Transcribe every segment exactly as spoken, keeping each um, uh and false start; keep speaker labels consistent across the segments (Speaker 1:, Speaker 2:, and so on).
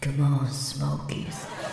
Speaker 1: Come on, Smokies.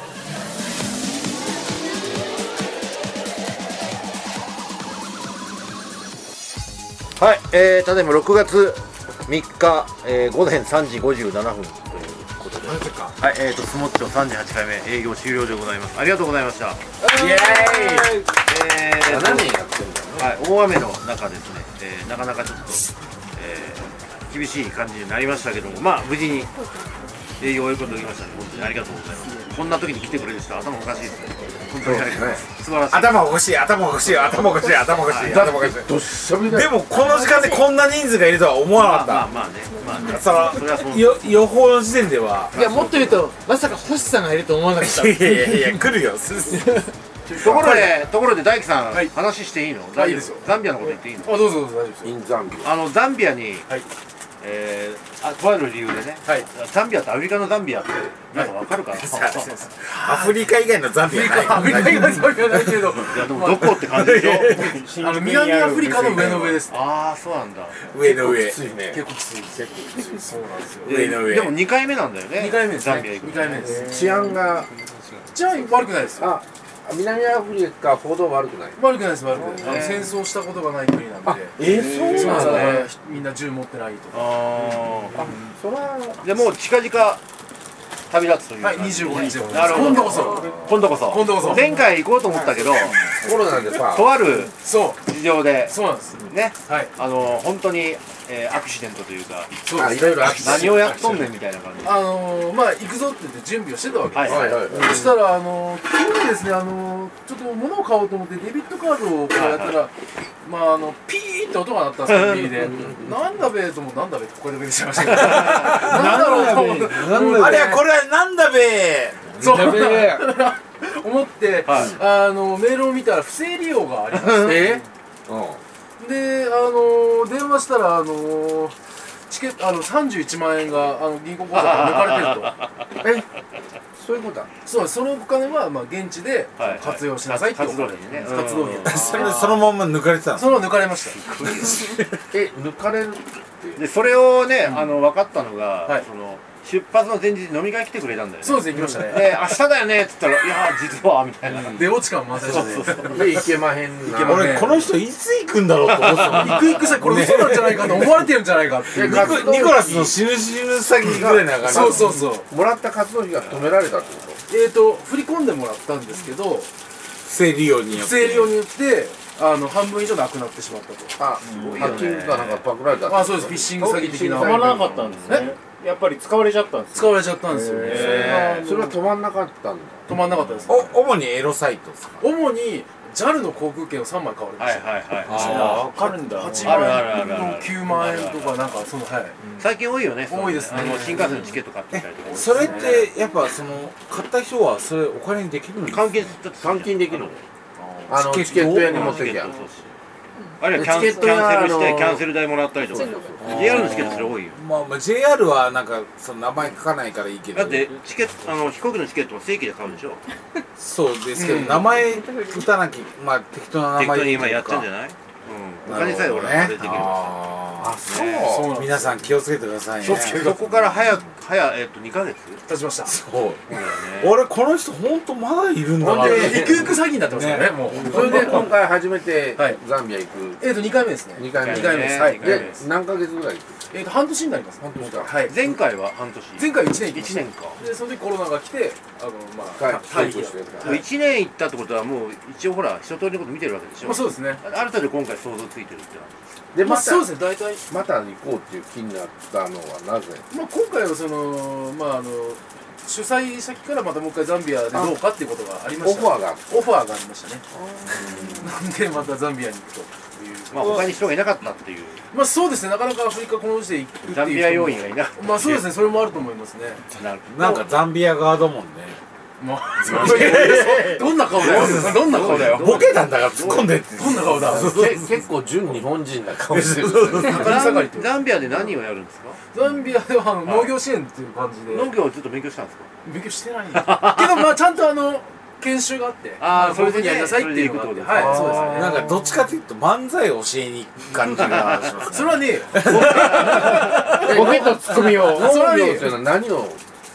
Speaker 2: はい、えー、ただいまろくがつみっか、えー、ごぜんさんじごじゅうななふんということで、はい、えーと、スモッチョさんじゅうはちかいめ営業終了でございます。ありがとうございました。イエーイ。えー、
Speaker 3: ななねんやってるんだね。
Speaker 2: はい、大雨の中ですね、えー、なかなかちょっと、えー、厳しい感じになりましたけども、まあ無事に営業を終えることができましたので、本当にありがとうございます。こんな時に来てくれる人は頭おかしいですね。本当にありがとうございます。素晴らしい。
Speaker 4: 頭おかしい、頭おかしい、頭おかしい、頭おかしい、頭おかしい。
Speaker 3: どっしゃりだよ。
Speaker 4: でもこの時間でこんな人数がいるとは思わなかった。
Speaker 2: まあまあね、まあね、
Speaker 4: その
Speaker 2: それはそう
Speaker 4: よ予報の時点では。
Speaker 5: いや、もっと言うとまさか星さんがいると思わなかった
Speaker 4: いやいやいや来るよ。
Speaker 2: ところで、ところで大樹さん、
Speaker 5: はい
Speaker 2: 話していいの？
Speaker 5: はいいいですよ。
Speaker 2: ザンビアのこと言っていいの？
Speaker 5: あ、どうぞどうぞ大丈夫ですよ。
Speaker 3: インザンビ
Speaker 2: あのザンビアに、
Speaker 5: はい
Speaker 2: えー、あとある理由でね、
Speaker 5: はい
Speaker 2: ザンビアとアフリカのザンビアってなんかわかるかな？
Speaker 4: アフリカ以外のザンビアない。
Speaker 5: アフリカ以外そうじゃないけど、
Speaker 2: いやでもどこって感じでしょ？
Speaker 5: あの南アフリカの上の上です。
Speaker 2: ああ、そうなんだ。
Speaker 4: 上の上。
Speaker 3: きついね。
Speaker 5: 結構きつい。結構きつい。そうなんですよ。
Speaker 4: 上の上。
Speaker 2: でもにかいめなんだよね。
Speaker 5: 二回目ですね。
Speaker 2: ザンビア行くの。
Speaker 5: 二回目です。
Speaker 3: 治安が
Speaker 5: じゃあ悪くないですよ。
Speaker 3: あ南アフリカほど悪くない。
Speaker 5: 悪くないです悪くないです。あの
Speaker 2: ね
Speaker 5: 戦争したことがない国なんで。
Speaker 3: えー、そう
Speaker 5: そうなん
Speaker 3: なんだね。
Speaker 5: ですよ。みんな銃持ってないとか。
Speaker 2: あ
Speaker 3: あ、そら
Speaker 2: あ。でもう近々旅立つというか。
Speaker 5: はい、二十五日で。
Speaker 2: なるほど。
Speaker 5: 今度こそ。
Speaker 2: 今度こそ。
Speaker 5: 今度こそ
Speaker 2: 前回行こうと思ったけど、
Speaker 3: コロナでさ、
Speaker 2: とある
Speaker 5: そう
Speaker 2: 事情で
Speaker 5: そうなんです。
Speaker 2: ね、
Speaker 5: はい。
Speaker 2: あの本当に、えー、アクシデントというか、
Speaker 5: そうです。
Speaker 3: あいろいろあ
Speaker 2: 何をやっとんねんみたいな感じ。
Speaker 5: あのー、まあ行くぞって言って準備をしてたわけです。
Speaker 2: はい
Speaker 3: はいはいはい。
Speaker 5: そしたら、あのー、急にですね、あのー、ちょっと物を買おうと思ってデビットカードをこうやったら、まああのピーって音が鳴ったんですよ、ビリで。なんだべーと思って、なんだべーってこれだけでしましたけど。なんだろうと思って、
Speaker 4: あれはこれはなんだべ。
Speaker 5: そう
Speaker 3: やべえ。
Speaker 5: 思って、
Speaker 2: はい
Speaker 5: あのメールを見たら不正利用がありまして、
Speaker 3: え？うん。
Speaker 5: で、あのー、電話したら、あのー、チケットあのさんじゅういちまんえんがあの銀行口座から抜かれてると。
Speaker 3: え？そういうことだ。
Speaker 5: そうです。そのお金はまあ現地で
Speaker 2: はいはい
Speaker 5: 活用しなさいって
Speaker 2: 活動費にね。
Speaker 5: 活動費。
Speaker 4: それでそのまんま抜かれてたんです
Speaker 5: その抜かれました。
Speaker 3: え、抜かれるって。
Speaker 2: でそれをね、あの分かったのが、
Speaker 5: はい
Speaker 2: その出発の前日に飲み会来てくれたんだよね。
Speaker 5: そうですね、行きましたね。
Speaker 2: で明日だよねって言ったら、いや実はみたいな。
Speaker 5: 出落ち感満載でしたね。
Speaker 3: で、いけまへんな。
Speaker 5: いけまへん
Speaker 4: 俺この人いつ行くんだろうと思ってたの。
Speaker 5: 行く行くさ、これ嘘なんじゃないかと思われてるんじゃないかっていう。
Speaker 3: いや
Speaker 4: ニコニコラスの死ぬ死ぬ詐欺ぐらいな感じ。
Speaker 5: そうそうそう。
Speaker 3: もらった活動費が止められたってこ
Speaker 5: えーと、振り込んでもらったんですけど、
Speaker 4: 不正利用によって。
Speaker 5: 不正利用によって、あの、半分以上なくなってしまったと。
Speaker 3: と。あ、
Speaker 2: ごいよね
Speaker 3: ハッキングかなんかパクられたってこと。
Speaker 5: あ、そうです。フィッシング詐欺的な。
Speaker 3: 止まらなか
Speaker 6: ったんですね。やっぱり使われちゃったんです。
Speaker 5: 使われちゃったんですよね。
Speaker 2: へ
Speaker 3: それは止まんなかったんだ。
Speaker 5: 止まんなかったです。
Speaker 4: お主にエロサイトですか。
Speaker 5: 主に ジャル の航空券をさんまい買われま
Speaker 2: はい
Speaker 5: した。
Speaker 2: はいはい。
Speaker 6: ああ、わかるんだ。
Speaker 5: はちまん
Speaker 2: あるあるあるある
Speaker 5: 円ときゅうまん円とかなんかその、はい。
Speaker 2: 最近多いよね。
Speaker 5: 多いですね
Speaker 2: あの新幹線のチケット買ってきたりとか。
Speaker 4: それってやっぱその買った人はそれお金にできるんですか。
Speaker 2: 換金だって
Speaker 3: 換金できるの。あの
Speaker 4: チ
Speaker 3: チケット屋に持
Speaker 2: 持
Speaker 3: ってきゃ。
Speaker 2: あるいはキャンキ
Speaker 3: チケット屋
Speaker 2: ャンセルして
Speaker 3: あの
Speaker 2: キャンセル代もらったりとか。ジェイアール のチケットそれ多いよ。
Speaker 4: まあまあ ジェイアール はなんかその名前書かないからいいけど。
Speaker 2: だってチケットあの飛行機のチケットも正規で買うでしょ。
Speaker 4: そうですけど、名前打たなきゃまあ適当な名前
Speaker 2: 適当に今やってんじゃない？うん。お金さえ俺はできる。
Speaker 4: あ
Speaker 3: あ、そう。
Speaker 5: そうなんです。
Speaker 4: 皆さん気をつけてくださいね。
Speaker 2: そこから早く早えっとにかげつ？
Speaker 5: 立ちました。
Speaker 4: そう。
Speaker 2: そうだよね。
Speaker 4: 俺この人本当まだいるんだ
Speaker 5: ほん
Speaker 4: な。
Speaker 5: で、行く行く詐欺になってますよね、もう。
Speaker 3: それで今回初めて
Speaker 5: はい
Speaker 3: ザンビア行く。
Speaker 5: えーと、にかいめですね。
Speaker 3: 二回目。
Speaker 5: 二回目です。はい。
Speaker 2: 二回目
Speaker 3: で、何ヶ月ぐらい行く？
Speaker 5: えーと、半年になります。
Speaker 3: 半年か
Speaker 5: はい。
Speaker 2: 前回は半年。
Speaker 5: 前回いちねん行きました。
Speaker 2: 一年か。
Speaker 5: で、その時コロナが来て、あの、まあ、
Speaker 3: はい、
Speaker 5: 待機
Speaker 3: 待機してる
Speaker 5: だはい
Speaker 2: 一年行ったってことはもう一応ほら一通りのこと見てるわけでしょ。
Speaker 5: まあ、そうですね。
Speaker 2: ある程度今回想像ついてるって
Speaker 3: で、
Speaker 5: まあ、
Speaker 3: また
Speaker 5: そうですね、大体。
Speaker 3: また行こうっていう気になったのはなぜ？
Speaker 5: まあ、今回はその、まあ、あの、主催先からまたもう一回ザンビアでどうかっていうことがありました。
Speaker 3: オファーが。
Speaker 5: オファーがありましたね。なんでまたザンビアに行くという。
Speaker 2: まあ他に人がいなかったっていう。
Speaker 5: まあそうですね、なかなかアフリカこの時で行くっていう人も
Speaker 2: ザンビア要員がいなかった。
Speaker 5: まあそうですね、それもあると思いますね。
Speaker 2: なる
Speaker 4: なんかザンビア側だもんね。
Speaker 5: まあ、そういうどんな顔だよ。どんな顔だよ。
Speaker 4: ボケたんだから突っ込んでって。
Speaker 5: どんな顔だ。
Speaker 3: け結構純日本人な顔してる。
Speaker 2: ザンザンビアで何をやるんですか？
Speaker 5: ザンビアではあの農業支援っていう感じで
Speaker 2: 農業をずっと勉強したんですか？
Speaker 5: 勉強してないんだけど、まあちゃんとあの研修があって
Speaker 2: あー
Speaker 5: こういうふうにやりなさいっていうのがあって、はい、そうですね。
Speaker 4: なんかどっちかというと漫才を教えに行く感じがしますね。
Speaker 5: それはねえよ。
Speaker 3: ボケとツッコミを。農
Speaker 5: それはね
Speaker 3: 業っていうのは何を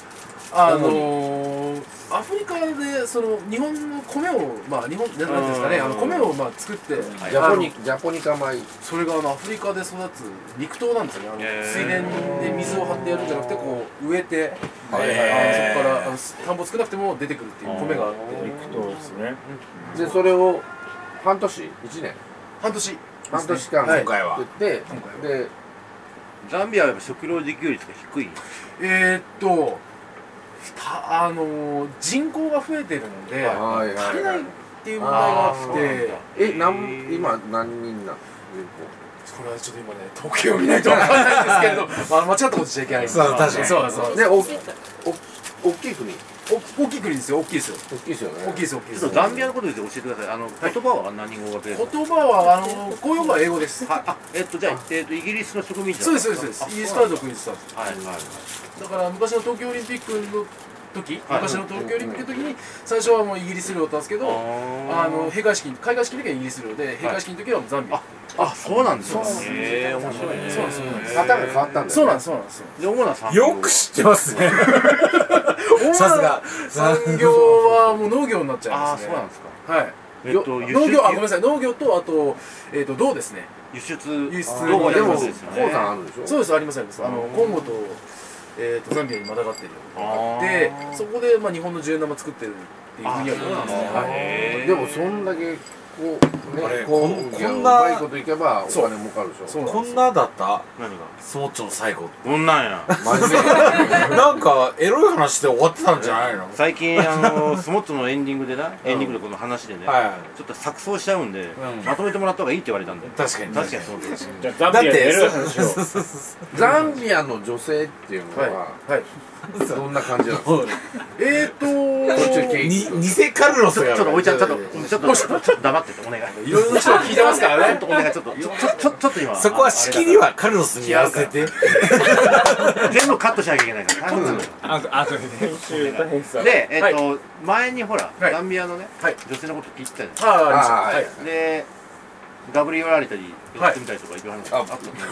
Speaker 5: あのー、アフリカでその日本の米をまあ日本なんていうんですかね、あの米をまあ作って、
Speaker 3: ジャポニジャポニカ米。
Speaker 5: それがあのアフリカで育つ陸糖なんですよね。あの水田で水を張ってやるんじゃなくてこう植えて、あのそこからあの田んぼ少なくても出てくるっていう米があって、
Speaker 6: そうですね。
Speaker 3: でそれを半年一年
Speaker 5: 半年
Speaker 3: 半年間
Speaker 5: はい
Speaker 4: 今回は
Speaker 3: 作って
Speaker 5: 今回は
Speaker 3: で
Speaker 2: ザンビアはやっぱ食料自給率が低い。
Speaker 5: えーっとたあのー人口が増えてるので
Speaker 3: はいはいはい
Speaker 5: 足りないっていう問題があって
Speaker 3: えなん今何人なん
Speaker 5: これはちょっと今ね統計を見ないとわからないんですけれどまあ間違ったことしちゃいけないんです
Speaker 4: そう確かに
Speaker 5: そうそう
Speaker 3: でおお大きい国
Speaker 5: お大きい国ですよ大きいですよ
Speaker 3: 大きいですよね
Speaker 5: 大きいです大きいです
Speaker 2: ちょっとザンビアのことについて教えてください。あの言葉は何語がけですか。
Speaker 5: 言葉はあの公用語は英語です
Speaker 2: はあ、えっとじゃあえっとイギリスの植民地
Speaker 5: そうですそうですそうですイギリスから独立したんです
Speaker 2: はいはいはい。
Speaker 5: だから昔の東京オリンピックの時、
Speaker 2: はい
Speaker 5: 昔の東京オリンピックの時に最初はもうイギリス領だったんですけど、あの閉会式開会式の時はイギリス領で閉会式の時はもうザンビア、
Speaker 2: あ、そうなんですよ。
Speaker 5: そうなんですよ
Speaker 2: へえ、面白いね。
Speaker 5: そうなんですそうなんです
Speaker 3: 型が変わったんだよね
Speaker 5: そうなんですそうなんですよ
Speaker 2: で主な産業
Speaker 4: よく知ってますねさすが
Speaker 5: 産業はもう農業になっちゃい
Speaker 2: ああ、
Speaker 5: ますね
Speaker 2: そうなんですか。
Speaker 5: はい
Speaker 2: えっと輸出
Speaker 5: 農業あごめんなさい農業とあとえっと銅ですね
Speaker 2: 輸出
Speaker 5: 輸出
Speaker 2: どこ
Speaker 3: でも
Speaker 2: でもですよね。
Speaker 3: 鉱山あるでしょ
Speaker 5: そうですありますありますあのコンゴとえっとザンビアにまたがってるのがあって
Speaker 2: あー
Speaker 5: そこでまあ日本の十円玉作ってるっていうふうには言われますね
Speaker 2: あそうなんだ
Speaker 5: はい
Speaker 2: へー
Speaker 3: でもそんだけこうね
Speaker 4: あれ
Speaker 3: こう
Speaker 4: こん
Speaker 3: いや
Speaker 4: こんな
Speaker 3: うまいこといけばお
Speaker 5: そう
Speaker 3: 金儲かるでしょ
Speaker 5: そうなんです
Speaker 4: こんなだった
Speaker 2: 何が
Speaker 4: スモッチョの最後
Speaker 2: こんなんや。
Speaker 3: 真面目
Speaker 4: なんかエロい話で終わってたんじゃないの
Speaker 2: 最近あのスモッツのエンディングでな、エンディングのこの話でね、
Speaker 4: は
Speaker 2: ちょっと錯綜しちゃうんで、
Speaker 4: ん
Speaker 2: まとめてもらった方がいいって言われたんで。
Speaker 4: 確かに
Speaker 2: 確かにそうです。
Speaker 6: じゃあザンビアでエロい話を。
Speaker 3: ザンビアの女性っていうのは
Speaker 5: はいはい
Speaker 3: どんな感じなの
Speaker 5: えーっと
Speaker 3: 途中経
Speaker 4: に偽カルロスが
Speaker 2: ちょっと置いちゃう、ちょっと、ちょっと、ちょっとちょっと黙ってて、お願い。
Speaker 5: いろいろな人が聞いてますからね
Speaker 2: ちょっとお願い、ちょっと、ちょ、ちょ、ちょちょっと今。
Speaker 4: そこは仕切りはカルロスにやらせて
Speaker 2: 全部カットしなきゃいけないから。
Speaker 6: ああと編集大変さ。
Speaker 2: で、えっと、前にほら、
Speaker 5: はい
Speaker 2: ザンビアのね、
Speaker 5: はい
Speaker 2: 女性のこと聞いてたじゃ
Speaker 5: ああ
Speaker 3: あー
Speaker 5: はい
Speaker 2: ん。で、ガブリエラリタリやってみたりとかいろいろ話あったんです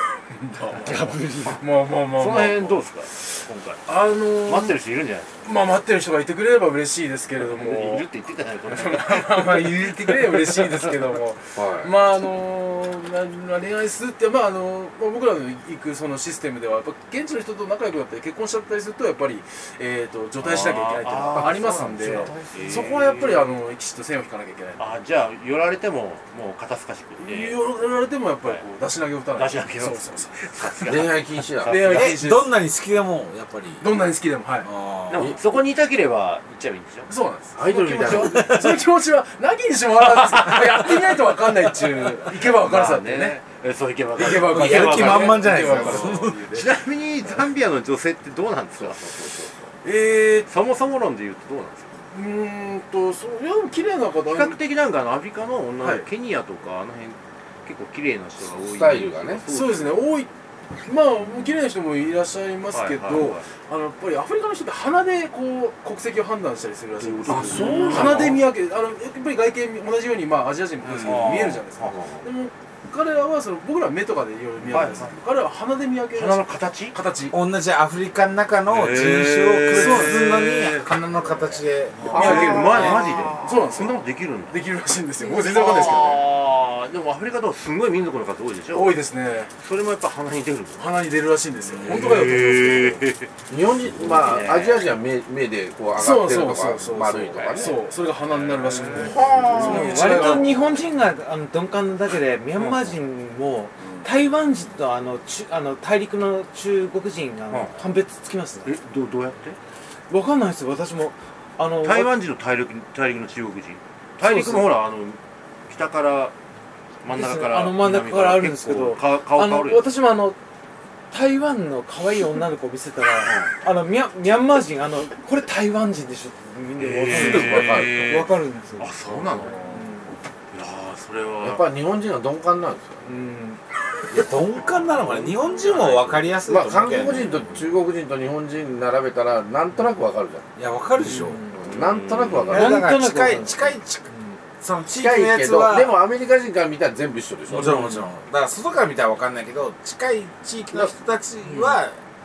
Speaker 5: もうもうもう
Speaker 2: けど、その辺どうですか、今回。
Speaker 5: あのー、
Speaker 2: 待ってる人いるんじゃないですか。
Speaker 5: まあ待ってる人がいてくれれば嬉しいですけれども
Speaker 2: いるって言ってたじゃない、これ。
Speaker 5: まあまあ言ってくれれば嬉しいですけども
Speaker 3: はい
Speaker 5: まああのー、まあ恋愛するってまああのまあ僕らの行くそのシステムではやっぱ現地の人と仲良くなって結婚しちゃったりするとやっぱりえっと除隊しなきゃいけないっていうのがありますんで
Speaker 2: あーそうなんですよ
Speaker 5: そこはやっぱりあのきちっと線を引かなきゃいけない
Speaker 2: あ、じゃあ、寄られても、もう肩透かしくって。
Speaker 5: 言われてもやっぱりこう出し投げを打たない
Speaker 2: 出し投げを
Speaker 5: そうそうそう
Speaker 2: さすが
Speaker 3: 恋愛禁止だ
Speaker 5: 恋愛禁止です
Speaker 4: えどんなに好きでもやっぱり
Speaker 5: どんなに好きでもはい
Speaker 4: あ
Speaker 2: でも、そこにいたければ、行っちゃえばいいんでしょ。
Speaker 5: そうなんです
Speaker 3: アイドルみたいな
Speaker 5: その気持ちはその気持ちはなきにしもあらずやってみないとわかんないっちゅう行けばわかるさっていうね
Speaker 2: えそういけばわかる
Speaker 5: 行けばわかる
Speaker 4: やる気満々じゃないですか
Speaker 5: 行けばわかるっていうね
Speaker 2: ちなみにザンビアの女性ってどうなんですか。
Speaker 5: えー
Speaker 2: そもそも論で言うとどうなんですか。
Speaker 5: うーんとそういや綺麗な方
Speaker 2: 比較的なんかあのアフリカの女の子、
Speaker 5: はい
Speaker 2: ケニアとかあの辺結構綺麗な人が多い
Speaker 3: スタイルがね
Speaker 5: そうですね多いまあ綺麗な人もいらっしゃいますけど、
Speaker 2: はいはいはい
Speaker 5: あのやっぱりアフリカの人って鼻でこう国籍を判断したりするらしいんですよ
Speaker 3: あそうなの
Speaker 5: 鼻で見分けあのやっぱり外見同じようにまあアジア人もそうですけど見えるじゃないですかでも彼らはその僕らは目とかでいろいろ見分けるんですけど、彼らは鼻で見分けるらしい
Speaker 2: 鼻の形
Speaker 5: 形
Speaker 4: 同じアフリカの中の人種を崩すのに鼻の形で
Speaker 5: 見分ける
Speaker 2: マジマジで
Speaker 5: そうなんですよ
Speaker 2: そんなことできるんだ。
Speaker 5: できるらしいんですよ僕全然わかんないですけどね
Speaker 2: あーでもアフリカとすごい民族の方多いでしょ。
Speaker 5: 多いですね
Speaker 2: それもやっぱ鼻に出るの。
Speaker 5: 鼻に出るらしいんですよ本当かよと思うんですけど
Speaker 3: 日本人まあアジア人は目目でこう上が
Speaker 5: そうそう
Speaker 3: ってるとか
Speaker 5: そうそう
Speaker 3: 丸いとかね
Speaker 5: そうそれが鼻になるらしくて
Speaker 1: 割と日本人があの鈍感なだけでミャンマー人も台湾人とあの中あの大陸の中国人があの判別つきますね。
Speaker 2: えどうどうやって
Speaker 1: わかんないですよ私もあの
Speaker 2: 台湾人の大陸大陸の中国人大陸もほらあの北から真ん中から
Speaker 1: あの真ん中からあるんですけど
Speaker 2: 結構顔
Speaker 1: あの
Speaker 2: 顔変わるよ。
Speaker 1: 私もあの台湾の可愛い女の子を見せたらあのミャミャンマー人あのこれ台湾人でしょってみんなわかるんですよ
Speaker 2: へー
Speaker 1: わかるんですよ。
Speaker 2: あそうなの。いやーそれは
Speaker 3: やっぱり日本人は鈍感なんですよ
Speaker 1: うん
Speaker 4: いや鈍感なのかな日本人も分かりやすいと
Speaker 3: まあ韓
Speaker 4: 思うけど
Speaker 3: 国人と中国人と日本人並べたらなんとなくわかるじ
Speaker 4: いや分かるでしょ
Speaker 3: ゃんなんとなくわかる
Speaker 4: いやだから
Speaker 1: なんとなく
Speaker 4: 近い近い近いその地域
Speaker 3: 近
Speaker 4: のや
Speaker 3: いけど
Speaker 4: つは
Speaker 3: でもアメリカ人から見たら全部一緒でしょ
Speaker 4: もちろんもちろんだから外から見たら分かんないけど近い地域の人たちは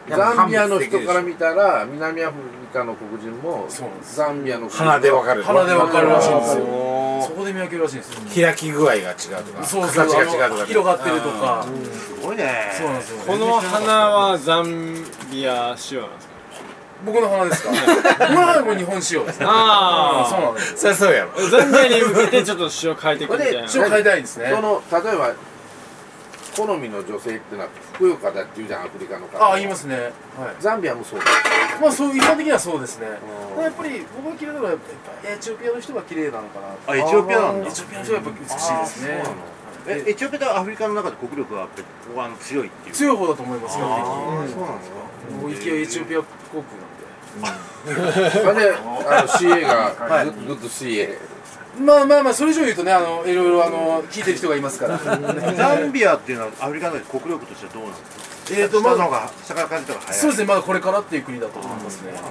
Speaker 3: ザンビアの人から見たら南アフリカの黒人もザンビアの
Speaker 4: 鼻でわかる。
Speaker 5: 鼻でわかるらしいんですよ。
Speaker 1: お
Speaker 5: そこで見分けるらしいんですよ。
Speaker 4: 開き具合が違うとか、
Speaker 5: そうそう、
Speaker 4: 形が違うとか、
Speaker 5: 広がってるとか。
Speaker 2: すごいね。
Speaker 5: そうなんですよ。
Speaker 6: この花はザンビア仕様なんですか？
Speaker 5: 僕の花ですか？僕の花はもう日本仕様ですね。
Speaker 6: あ
Speaker 5: そうなんです。
Speaker 4: そりゃそうやろ。
Speaker 6: ザンビアに向けてちょっと塩変えていくみたいな。
Speaker 5: 一応変えたいですね。
Speaker 3: その例えば好みの女性ってのはふくよかだって言うじゃん、アフリカの方。
Speaker 5: あ、言いますね。はい。
Speaker 3: ザンビアもそうだ。
Speaker 5: まあそういう一般的にはそうですね。やっぱり僕が綺麗なのはやっぱエチオピアの人が綺麗なのかな。
Speaker 2: あ、エチオピアなんだ
Speaker 5: エ。チオピアの人がやっぱ美しいですね。
Speaker 2: え、エチオピアとアフリカの中で国力がやっぱりここはあの強いっていう。
Speaker 5: 強い方だと思いますよ。
Speaker 2: あーそうなんですか。
Speaker 5: もう勢いエチオピア航空
Speaker 3: それであの シーエー がグッグッド シーエー。
Speaker 5: なんで。まあまあまあそれ以上言うとね、あのいろいろあの聞いてる人がいますから。
Speaker 2: ザンビアっていうのはアフリカの中で国力としてはどうなんですか？
Speaker 5: えっとまだ
Speaker 2: 下の方が下から感じた方が早い。
Speaker 5: そうですね、まだこれからっていう国だと思いますね。はい。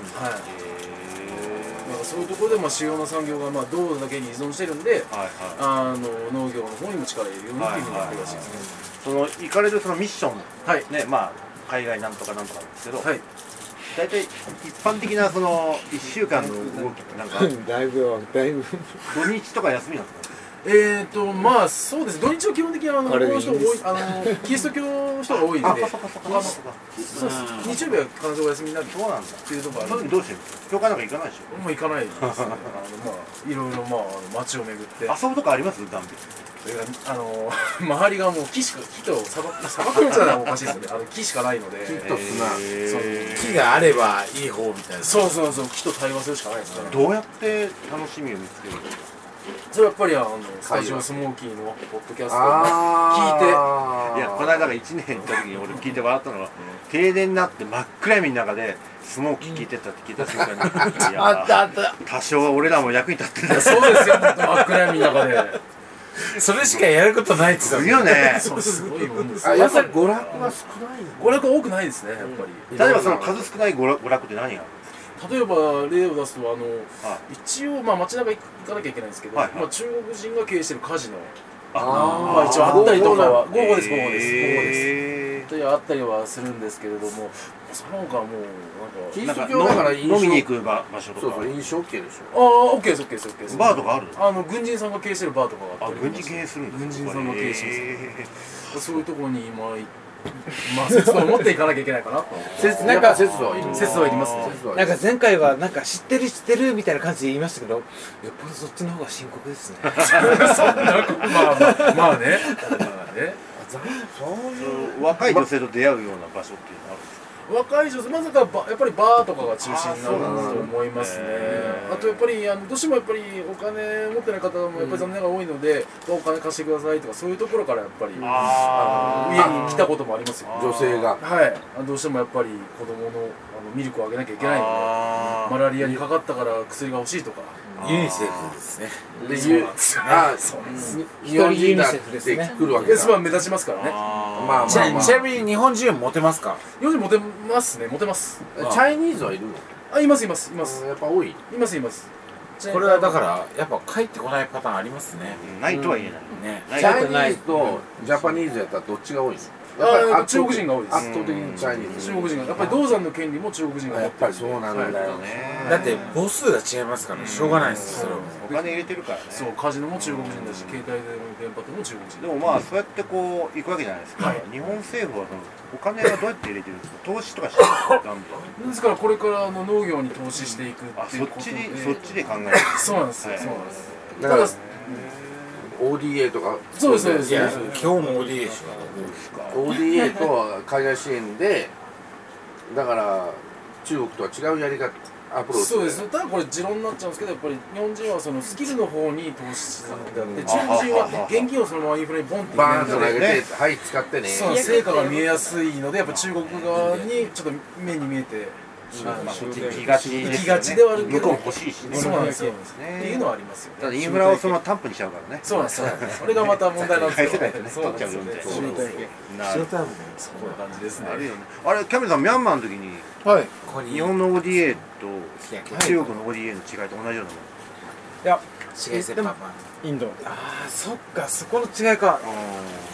Speaker 5: まあそういうところでまあ主要な産業がまあ銅だけに依存してるんで、
Speaker 2: はいはい。
Speaker 5: あの農業の方にも力を入れるようにっていうふうになってるらしいですね。
Speaker 2: その行かれるそのミッション
Speaker 5: はい
Speaker 2: ね、まあ海外なんとかなんとかなんですけど、
Speaker 5: はい。
Speaker 2: 大体一般的なそのいっしゅうかんの動きってなんか
Speaker 1: だいぶだいぶ
Speaker 2: 土日とか休みなんですか？
Speaker 5: えーとまあそうです。土日は基本的にあの
Speaker 1: あれ
Speaker 5: この人多い
Speaker 1: いいです
Speaker 5: あのキリスト教の人が多いんで、
Speaker 2: あ、そっかそっかそっかそっか。
Speaker 5: そうです。日曜日は必ずお休みになる
Speaker 2: そうなんだ。
Speaker 5: っていうところがあるんで、
Speaker 2: その時どうしてるんですか？教会なんか行かないでし
Speaker 5: もう行かないですね。あのまあいろいろまああの街を巡って、
Speaker 2: ょ？遊ぶとかあります？ダンビ。
Speaker 5: それがあの周りがもう木しか木と砂漠砂漠の地はおかしいですよね。あの木しかないので、
Speaker 3: 木と砂。
Speaker 4: 木があればいい方みたいな。
Speaker 5: そうそうそう木と対話するしかないですから。
Speaker 2: どうやって楽しみを見つけるんですか？
Speaker 5: それはやっぱりあのスタジオスモーキーのポッドキャストを
Speaker 3: あー
Speaker 2: いや、この間がいちねん行った時に俺聞いて笑ったのは、停電になって真っ暗闇の中でスモーキー聞いてたって聞いた瞬間に、いや
Speaker 4: あったあった。
Speaker 2: 多少は俺らも役に立ってんだよ。
Speaker 5: そうですよ。本当真っ暗闇の中で。
Speaker 4: それしかやることないって言って
Speaker 2: すごいよね。
Speaker 5: そうすごいもんです。
Speaker 3: あ、やっぱり娯楽が少ないの。
Speaker 5: 娯楽多くないですね、やっぱり。
Speaker 2: 例えばその数少ない娯楽娯楽って何があるんです
Speaker 5: 例えば例を出すとあの、
Speaker 2: は
Speaker 5: 一応まあ街中行かなきゃいけないんですけど、
Speaker 2: はいはい
Speaker 5: まあ中国人が経営してるカジノ、
Speaker 2: か？
Speaker 5: まあ一応あったりとかは
Speaker 2: ー
Speaker 5: 午後です午後です午後です。
Speaker 2: へ
Speaker 5: というあったりはするんですけれども、その他はもう
Speaker 3: キ
Speaker 5: なんか
Speaker 2: ーなんか
Speaker 3: リスト教だから飲酒
Speaker 2: 飲みに行く場場所とか
Speaker 3: そうそう、飲酒 OK でし
Speaker 5: ああオッケーですオッケーですオッケーです。
Speaker 2: バーとかある？
Speaker 5: あの軍人さんが経営してるバーとかがあ
Speaker 2: あ、
Speaker 5: ったり
Speaker 2: 軍事経営するんですか？
Speaker 5: 軍人さんが経営してます
Speaker 2: へ
Speaker 5: そういうところに今まあ節度を持っていかなきゃいけないかなと。
Speaker 3: ょ。節なんか節度はいる。
Speaker 5: 節度はいりますね。
Speaker 3: 節度はいる
Speaker 1: なんか前回はなんか知ってる知ってるみたいな感じで言いましたけど、よっぽどそっちの方が深刻ですね。
Speaker 5: そんなまあまあまあね。まあね。
Speaker 3: そういう
Speaker 2: ー若い女性と出会うような場所っていうのはあるんですか？
Speaker 5: 若い女性、まさかバやっぱりバーとかが中心になると思いますね。
Speaker 2: あー
Speaker 5: あとやっぱりあのどうしてもやっぱりお金持ってない方もやっぱり残念ながら多いので、お金貸してくださいとかそういうところからやっぱりあ
Speaker 2: あ
Speaker 5: の家に来たこともありますよ。
Speaker 3: 女性が。
Speaker 5: はい。あのどうしてもやっぱり子供のあのミルクをあげなきゃいけないので、
Speaker 2: あー
Speaker 5: マラリアにかかったから薬が欲しいとか。
Speaker 4: ユニセフですね。
Speaker 3: で、
Speaker 5: そうなんですよね。
Speaker 3: あ、
Speaker 5: そうなんです。
Speaker 3: 日本人だって来るわけだ。
Speaker 5: で、まあ目立ちますからね。
Speaker 2: あー
Speaker 3: まあ
Speaker 4: ちなちなみに日本人モテますか？
Speaker 5: よじモテますね。モテます。
Speaker 3: チャイニーズはいるの？
Speaker 5: あ、いますいますいます
Speaker 3: やっぱ多い。
Speaker 5: いますいます。
Speaker 4: これはだからやっぱ帰ってこないパターンありますね。
Speaker 2: ないとは言えない。
Speaker 4: ね。
Speaker 2: ない
Speaker 3: チャイニーズとジャパニーズやったらどっちが多いの？
Speaker 5: あーやっぱ中国人が多いです。
Speaker 3: 圧倒的にチャイニーズ。
Speaker 5: 中国人がやっぱり銅山の権利も中国人が持ってる。
Speaker 3: やっぱりそうなんだよね。
Speaker 4: だって母数が違いますからね、しょうがないですよ。それは
Speaker 2: お金入れてるからね。
Speaker 5: そう、カジノも中国人だし、携帯で電波とも中国人。
Speaker 2: でもまあそうやってこう行くわけじゃないですか。
Speaker 5: はい
Speaker 2: 日本政府はそのお金はどうやって入れてるんですか？投資とかしてるんですか？ダンビ
Speaker 5: ですからこれからあの農業に投資していく
Speaker 2: あ、
Speaker 5: っていこと
Speaker 2: そうっちで
Speaker 5: で。
Speaker 2: そっちで考える。
Speaker 5: そうなんですよ。
Speaker 2: はい
Speaker 5: そうなんです。
Speaker 3: だから
Speaker 5: ただ
Speaker 3: オーディーエー とか。
Speaker 5: そうですそうです
Speaker 4: いや、
Speaker 5: そうです
Speaker 4: 今日もオーディーでしょ。
Speaker 3: オーディーエー と海外支援で、だから中国とは違うやり方、アプローチ。
Speaker 5: そうです。ただこれ持論になっちゃうんですけど、やっぱり日本人はそのスキルの方に投資するんであって、中国人は現金をそのままインフレにボンって
Speaker 3: バーンと投げ
Speaker 5: 入れるので、
Speaker 3: て、はい、使ってね。
Speaker 5: そう成果が見えやすいので、やっぱ中国側にちょっと目に見えて。
Speaker 2: まあ行きがちですよね。
Speaker 5: 行きがちではあるけど
Speaker 2: 向こうも欲しいしね。
Speaker 5: そうなんですよ。
Speaker 2: ね
Speaker 5: っていうのはありますよね。
Speaker 2: ただインフラをその担保にしちゃうからね。
Speaker 5: そうなんですよ。それがまた問題なんですよ。
Speaker 2: 世界でね
Speaker 5: そうなんですよね。
Speaker 2: 取っちゃう
Speaker 5: そうなんですよ。
Speaker 2: なる
Speaker 1: 塩ターブ
Speaker 5: そんな感じですね。
Speaker 2: あるよね。あれキャメルさんミャンマーの時に
Speaker 1: はい。
Speaker 4: ここに
Speaker 2: 日本の オーディーエー と
Speaker 4: はい
Speaker 2: 中国の オーディーエー の違いと同じようなもの。
Speaker 1: いや、
Speaker 4: 紫外線パパ。
Speaker 6: インド。
Speaker 1: ああ、そっか、そこの違いか。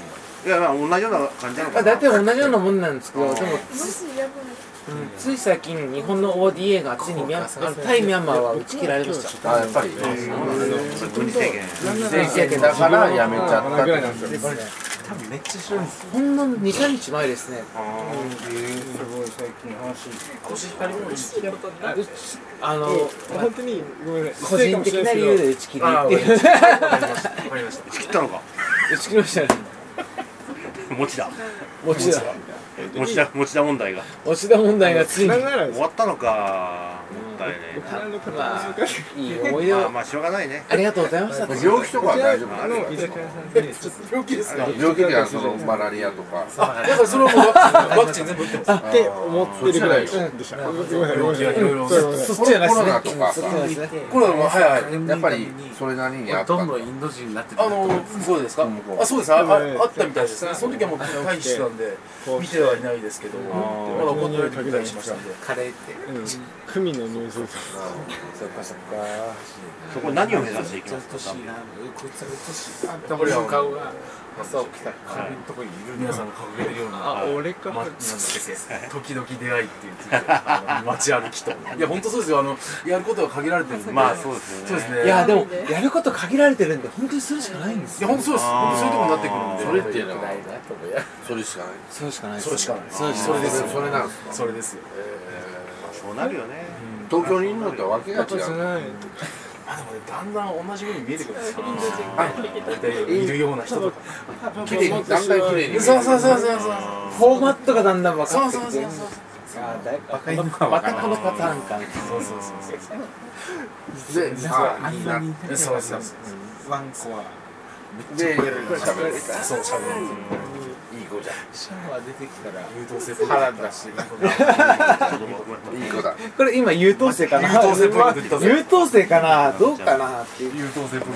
Speaker 2: いやまあ同じような感じなのかな。
Speaker 1: 大体同じようなもんなんですけど、でも
Speaker 7: もしや
Speaker 1: つい最近日本の オーディーエー がついにミャンあのタイミャンマーは打ち切られました。
Speaker 3: あやっぱり
Speaker 2: 軍事政権。
Speaker 3: 政権だからやめちゃったって
Speaker 6: ぐらいなんですよ。
Speaker 4: 多分めっちゃ白いんですよ。
Speaker 1: ほんのに、さんにちまえですね。
Speaker 4: すごい最近話。
Speaker 5: 腰光りも打ち切り
Speaker 1: あの
Speaker 6: 本当にごめんなさい。
Speaker 1: 個人的な理由で打ち切りっていう
Speaker 5: わかりましたわかりました
Speaker 2: 打ち切ったのか。
Speaker 1: 打ち切りましたね。
Speaker 2: 持田。
Speaker 1: 持田
Speaker 2: 持田持田問題が
Speaker 1: 持田問題がついに
Speaker 6: なんなら
Speaker 2: 終わったのか。もったいね。
Speaker 6: 沖縄の方
Speaker 1: まあ
Speaker 6: 難しい。
Speaker 1: いい思い出を
Speaker 2: まあまあしょうがないね。
Speaker 1: ありがとうございました。
Speaker 3: 病気とかは大丈夫
Speaker 6: あの居酒屋さんでちょっと
Speaker 5: 病気ですか
Speaker 3: 病気ではそのマラリアとか
Speaker 5: あだからそれはもうワクチンワクチン全部打ってます
Speaker 6: って思ってるぐらいでした。ごめんなさい。
Speaker 5: 病気がいろいろ
Speaker 6: そう
Speaker 1: そっちじゃないですね。
Speaker 3: コロナとか
Speaker 1: そっちじゃないですね。
Speaker 5: コロナもはいはい
Speaker 3: やっぱりそれなりにあった
Speaker 4: どんどんインド人になってる。
Speaker 5: あのそうですかあそうですあああったみたいですねその時はもう回避してたんで見てはいないですけどまだ怒ってない時たりしましたんで
Speaker 1: カレーって
Speaker 6: うんクミの匂いする。
Speaker 1: そっかそっか。
Speaker 2: そこ何を目指していきますか。
Speaker 5: やっぱりあの
Speaker 1: 顔が朝起きた。
Speaker 5: 壁のところにいる皆さんが掲げてるような
Speaker 6: あ俺か。
Speaker 5: ま、なんだっけ時々出会いっていうあの街歩きといや本当そうですよあのやることが限られてるんで
Speaker 2: まあそうですよね。
Speaker 5: そうですね
Speaker 1: いやでもやること限られてるんで本当にするしかないんですよ。
Speaker 5: いや本当そうです本当そういうところになってくるんで
Speaker 3: それっていうのはそれしかない
Speaker 1: それしかないです。
Speaker 5: それしかない
Speaker 1: そうです。
Speaker 5: それですよ
Speaker 3: それなんですか
Speaker 5: それですよ
Speaker 2: そうなるよね。
Speaker 3: 東京にいるのとはわけが違う
Speaker 5: あでもねだんだん同じように見えてくるんですよ
Speaker 7: インド人
Speaker 5: あ大体いるような人とか
Speaker 3: 綺麗にだんだん綺麗に
Speaker 5: そうそうそうそうそう
Speaker 1: フォーマットがだんだん分か
Speaker 5: そう
Speaker 1: ってきて。
Speaker 5: そうそうそう
Speaker 1: あだいバカ犬はまたこのパターンか。
Speaker 5: そうそうそうそう
Speaker 3: であいいな
Speaker 5: えそうそうそう
Speaker 4: ワンコは
Speaker 3: で喋れた
Speaker 5: そうしゃべる
Speaker 3: いい子じゃん
Speaker 4: シャワー出てきたら
Speaker 5: 優等生っぽい
Speaker 4: 腹だし。
Speaker 3: いい子だ
Speaker 1: これ今優等生かな。
Speaker 5: 優等生っぽいこと言ったぜ
Speaker 1: 優等生かな。どうかなっていう。
Speaker 5: 優等生っぽい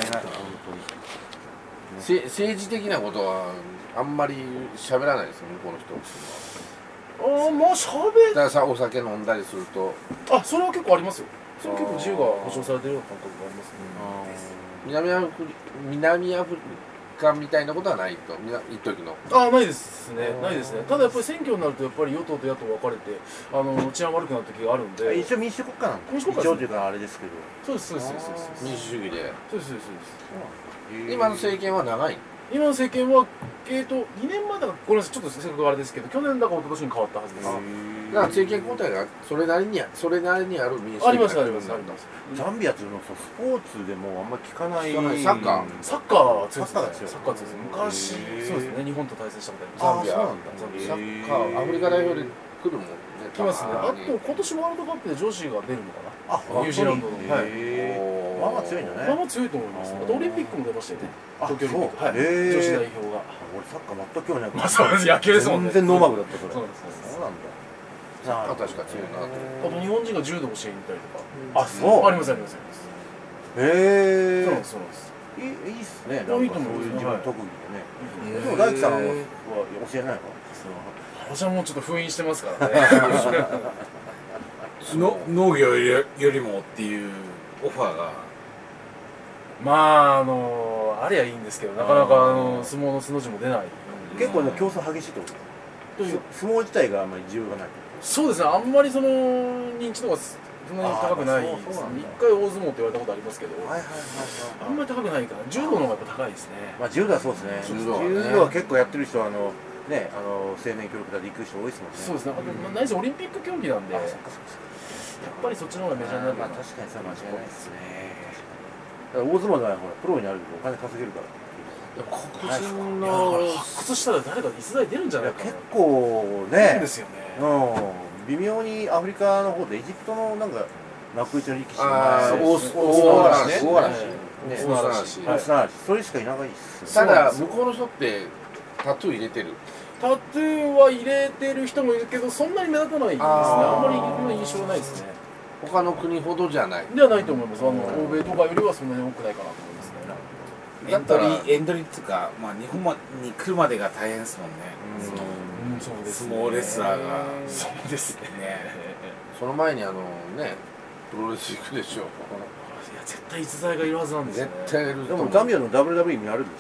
Speaker 3: せ政治的なことはあんまり喋らないですよ向こうの人
Speaker 5: ああまあしゃべ
Speaker 3: だからさお酒飲んだりすると
Speaker 5: あそれは結構ありますよそれは結構自由が保障されてるような感覚がありますね
Speaker 3: 南アフリ南アフリカみたいなことはないとみな一時の
Speaker 5: ああないですねないですねただやっぱり選挙になるとやっぱり与党と野党分かれてあの治安悪くなる時があるんで
Speaker 2: 一応民主国家なんだ。
Speaker 5: 民主国家です
Speaker 2: 一応というかあれですけど。
Speaker 5: そうですそうですそうですそう
Speaker 3: 民主主義で
Speaker 5: ですそうですそうです
Speaker 3: 今の政権は長い
Speaker 5: 今の政権はえーとにねんまえだからごめんなさいちょっと正確あれですけど去年だか一昨年に変わったはずです
Speaker 3: だから政権交代がそれなりにそれなりにある民主主義
Speaker 5: ありますありますあります
Speaker 2: ザンビアっていうのはさスポーツでもあんまり聞かない。
Speaker 3: 聞かないサッカー
Speaker 5: サッカーは強いですね
Speaker 2: サッカーが強い
Speaker 5: サッカー強いです昔
Speaker 2: へー
Speaker 5: そうですね日本と対戦したことあります
Speaker 3: ザンビア
Speaker 2: そうなんだ
Speaker 3: サッカーアフリカ代表で来るもんね
Speaker 5: 来ますねあと
Speaker 3: たまに
Speaker 5: 今年ワールドカップで女子が出るのかな
Speaker 2: あ
Speaker 5: ニュージーランドのはい
Speaker 2: へーまあまあ強いんだね。
Speaker 5: まあまあ強いと思いますあとオリンピックも出ましたよね
Speaker 2: あ
Speaker 5: 東京オリンピックはい
Speaker 2: そうへー
Speaker 5: 女子代表が
Speaker 2: 俺サッカー全く興味ないから。
Speaker 5: まあそうです野球ですもんね
Speaker 2: 全然ノーマークだったそれ。
Speaker 5: そうです
Speaker 2: そうなんだ。
Speaker 3: サッカー確か強いなと
Speaker 5: あと日本人が柔道を教えに行ったりとか
Speaker 2: あそう。
Speaker 5: ありますありますあります
Speaker 2: へえ。
Speaker 5: そうなんですそうなんです
Speaker 2: いいいいっすね。なんか
Speaker 5: いいと思う
Speaker 2: そういう自分の特技でね。
Speaker 1: へー
Speaker 2: でも大樹さんは教えないの？
Speaker 5: 私はもうちょっと封印してますからね
Speaker 4: の農業よりもっていうオファーが
Speaker 5: まああのあれはいいんですけどなかなかあの相撲の素の字も出ない
Speaker 2: 結構ね競争激しいってこと。という相撲自体があんまり需要がない。
Speaker 5: そうですねあんまりその認知度がそんなに高くないですね
Speaker 2: あーそうそうなんだ
Speaker 5: 一回大相撲って言われたことありますけど
Speaker 2: はいはいはい
Speaker 5: あんまり高くないから柔道の方がやっぱ高いですね
Speaker 2: まあ柔道はそうですね。
Speaker 3: 柔道はね
Speaker 2: 柔道は結構やってる人はあのねあの青年協力隊で行く人多いですもんね。
Speaker 5: そうですねあとまあ何せオリンピック競技なんでやっ
Speaker 2: あそっかそっかそっか。
Speaker 5: ぱりそっちの方がメジャーになる
Speaker 2: まあ
Speaker 5: かな
Speaker 2: 確かにそれは間違いないですね。だから大相撲の場合はほらプロになるとお金稼げるから。
Speaker 5: 黒人の発掘したら誰か逸材出るんじゃ
Speaker 2: いや
Speaker 5: ないかな
Speaker 2: 結構
Speaker 5: 出るん
Speaker 2: ね
Speaker 5: ですよね
Speaker 2: うん微妙にアフリカの方でエジプトのなんか幕内の力士
Speaker 3: あー
Speaker 2: 大
Speaker 3: 大
Speaker 2: 大嵐ね大嵐
Speaker 5: ね
Speaker 2: ね
Speaker 3: 大嵐
Speaker 2: 大嵐それしかいないっす
Speaker 3: ただ向こうの人ってタトゥー入れてる
Speaker 5: タトゥーは入れてる人もいるけどそんなに目立たないですね
Speaker 3: あー
Speaker 5: あんまり入れる印象はないですね
Speaker 3: 他の国ほどじゃない
Speaker 5: ではないと思いますあの欧米とかよりはそんなに多くないかなと思いますね
Speaker 4: エントリーエントリーっていうか、まあ、日本に来るまでが大変ですもんね、その
Speaker 5: うんそうですね
Speaker 4: 相撲レスラーが
Speaker 5: そうですね
Speaker 4: ね
Speaker 3: その前にあのねプロレス行くでしょ
Speaker 5: いや絶対逸材がいるはずなんですよね
Speaker 3: 絶対いると思う
Speaker 2: でもザンビアの ダブリューダブリュー 見られるでしょ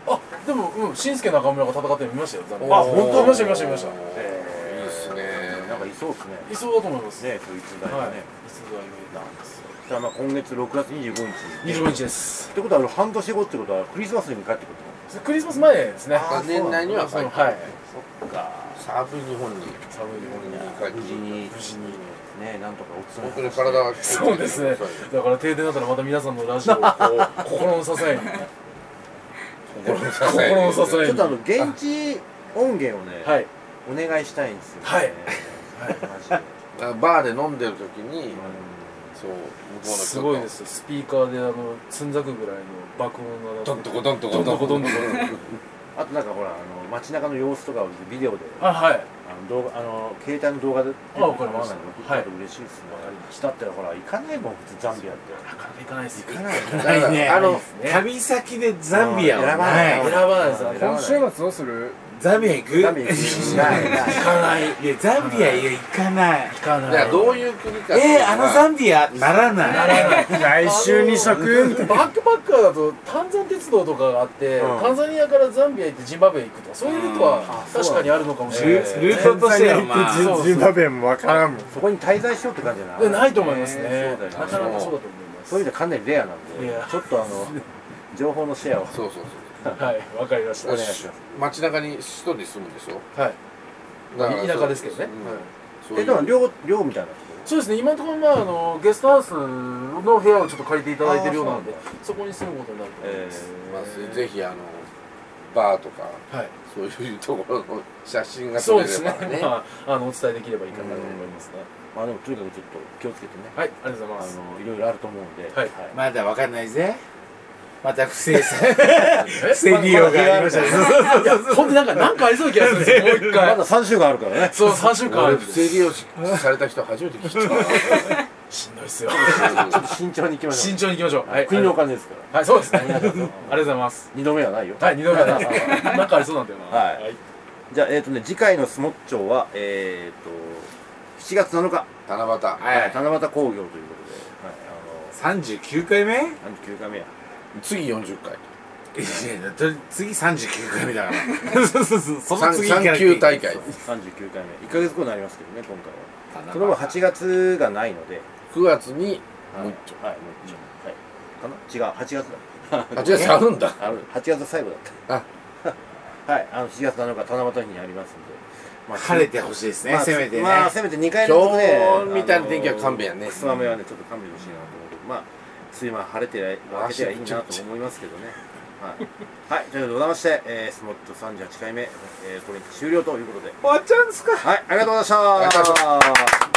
Speaker 5: あでもうん新助中村が戦ってるの見ましたよザンビ
Speaker 2: あ本当
Speaker 5: 見ました見ました見ました
Speaker 3: いいっすね。
Speaker 2: なんかいそうですね
Speaker 5: いそうだと思います
Speaker 2: ねそういう時代
Speaker 5: はい
Speaker 2: がね
Speaker 5: いつぐらいなんですよ
Speaker 2: じゃあまあ今月ろくがつにじゅうごにち
Speaker 5: にじゅうごにちです
Speaker 2: ってことは半年後ってことはクリスマスに帰ってくる
Speaker 5: クリスマス前ですね
Speaker 2: あ
Speaker 3: 年内には帰ってくる
Speaker 5: はい
Speaker 2: そっか
Speaker 3: 寒い日本に
Speaker 5: 寒い日本に
Speaker 3: 帰って
Speaker 2: 無事に
Speaker 5: 無事に
Speaker 2: ねなんとかおつ
Speaker 3: 本当に体が
Speaker 5: そうですねだから停電だったらまた皆さんのラジオをこう心の支えに
Speaker 3: 心の支え
Speaker 5: 心の支えに
Speaker 2: ちょっとあの現地音源をね、
Speaker 5: はい
Speaker 2: お願いしたいんですよ、ね、
Speaker 5: はい
Speaker 2: マジで
Speaker 3: バーで飲んでる時にそう向こうの人と
Speaker 5: すごいですよスピーカーであのつんざくぐらいの爆音が
Speaker 3: どんとこどんとこ
Speaker 5: どんどこどんどこ
Speaker 2: あとなんかほらあの街中の様子とかをビデオで
Speaker 5: あはい
Speaker 2: あの動画あの携帯の動画で
Speaker 5: あわかりました
Speaker 2: はい嬉しいですね
Speaker 5: わかりま
Speaker 2: したってほら行かないもん普通ザンビアって
Speaker 5: なかなか行かないです
Speaker 2: 行かない
Speaker 3: だから
Speaker 1: ないね
Speaker 3: あの
Speaker 5: ね
Speaker 1: 旅先でザンビアは
Speaker 2: 選ば
Speaker 1: な
Speaker 2: ない
Speaker 1: い
Speaker 5: 選ばないですよ
Speaker 2: 選ばない
Speaker 6: 今週末どうする？
Speaker 1: ザンビア行く
Speaker 2: ザンビア行くないない
Speaker 1: 行かないいやザンビア行かない
Speaker 5: 行かない
Speaker 3: だからどういう国かっていう
Speaker 1: えー、
Speaker 3: のは
Speaker 1: あのザンビアならない
Speaker 6: 来週にしとくみたいな。
Speaker 5: バックパッカーだと炭酸鉄道とかがあって、
Speaker 2: うん
Speaker 5: タンザニアからザンビア行ってジンバブエ行くとかそういうルートは確かにあるのかもしれないですね、
Speaker 1: ルートとしてはまあ
Speaker 5: そうそう
Speaker 6: ジンバブエもわからんもん。
Speaker 2: そこに滞在しようって感じじゃない
Speaker 5: でないと思いますね、
Speaker 2: えーそうだよね
Speaker 5: なかなかそうだと思います
Speaker 2: そういう意味ではかなりレアなんで
Speaker 5: いや
Speaker 2: ちょっとあの情報のシェアを
Speaker 3: そうそうそう
Speaker 5: はいわかりました
Speaker 2: お願いします
Speaker 3: 街中に首都に住むんでしょ
Speaker 5: はい
Speaker 3: だから
Speaker 5: 田舎ですけどね、
Speaker 3: そういう
Speaker 2: えでも寮寮みたいなとこ
Speaker 5: そうですね今のところまああのゲストハウスの部屋をちょっと借りていただいてるようなので
Speaker 2: あー
Speaker 5: そこに住むことになると思います、
Speaker 3: まあぜひあのバーとか
Speaker 5: はい
Speaker 3: そういうところの写真が撮れ
Speaker 5: そうですね
Speaker 3: ればね
Speaker 5: まああのお伝えできればいいかなと思いますね、
Speaker 2: まあでもとにかくちょっと気をつけてね
Speaker 5: はいありがとうござい
Speaker 2: あ
Speaker 5: ます
Speaker 2: のいろいろあると思うんで
Speaker 5: はい
Speaker 1: まだわかんないぜまた不正さ不正利用がありましたね
Speaker 5: いやほんとなんかなんかありそうな気がするんですよもう一
Speaker 2: ま
Speaker 5: 回
Speaker 2: ださんしゅうかんあるからね
Speaker 5: そうさんしゅうかんあ
Speaker 3: 俺
Speaker 5: る
Speaker 3: 不正利用しされた人初めて聞いた
Speaker 5: しんどいっすよ
Speaker 2: ちょっと慎重に行きましょう
Speaker 5: 慎重に行きましょうはい
Speaker 2: 国のお金ですから
Speaker 5: はいそうですねありがとうございます
Speaker 2: 二度目はないよ
Speaker 5: はい二度目はないですなんかありそうなんだよな
Speaker 2: はいじゃあえっとね次回のスモッチョはえっとしちがつなのか
Speaker 3: 七夕
Speaker 1: はい
Speaker 2: 七夕工業ということではい
Speaker 1: さんじゅうきゅうかいめ
Speaker 2: あのさんじゅうきゅうかいめや
Speaker 3: 次よんじゅっかい
Speaker 1: いやいやと次さんじゅうきゅうかいめだからそうそうそうその次行かな
Speaker 3: 産
Speaker 1: きゃいけない
Speaker 3: 休大会
Speaker 2: さんじゅうきゅうかいめいっかげつごになりますけどね今回はその後はちがつがないので
Speaker 3: くがつに
Speaker 2: はい
Speaker 3: もう一丁
Speaker 2: はいもう一丁はいかな違うはちがつだ
Speaker 3: あ違うあるんだ
Speaker 2: あのはちがつ最後だったはいあのしちがつなのか七夕日にありますんでまあ
Speaker 1: 晴れてほしいですね
Speaker 2: まあ
Speaker 1: せめてね
Speaker 2: まあせめてにかい連続で
Speaker 3: 今日みたいな天気は勘弁やね
Speaker 2: くす雨はねちょっと勘弁してほしいなと思うけどまあ水まあ晴れて開けてはいいなと思いますけどねはいはいということでございましてえースモッチョさんじゅうはちかいめえーこれに終了ということで
Speaker 1: 終わっちゃうんですか
Speaker 2: はいありがとうございました
Speaker 3: ありがとうございました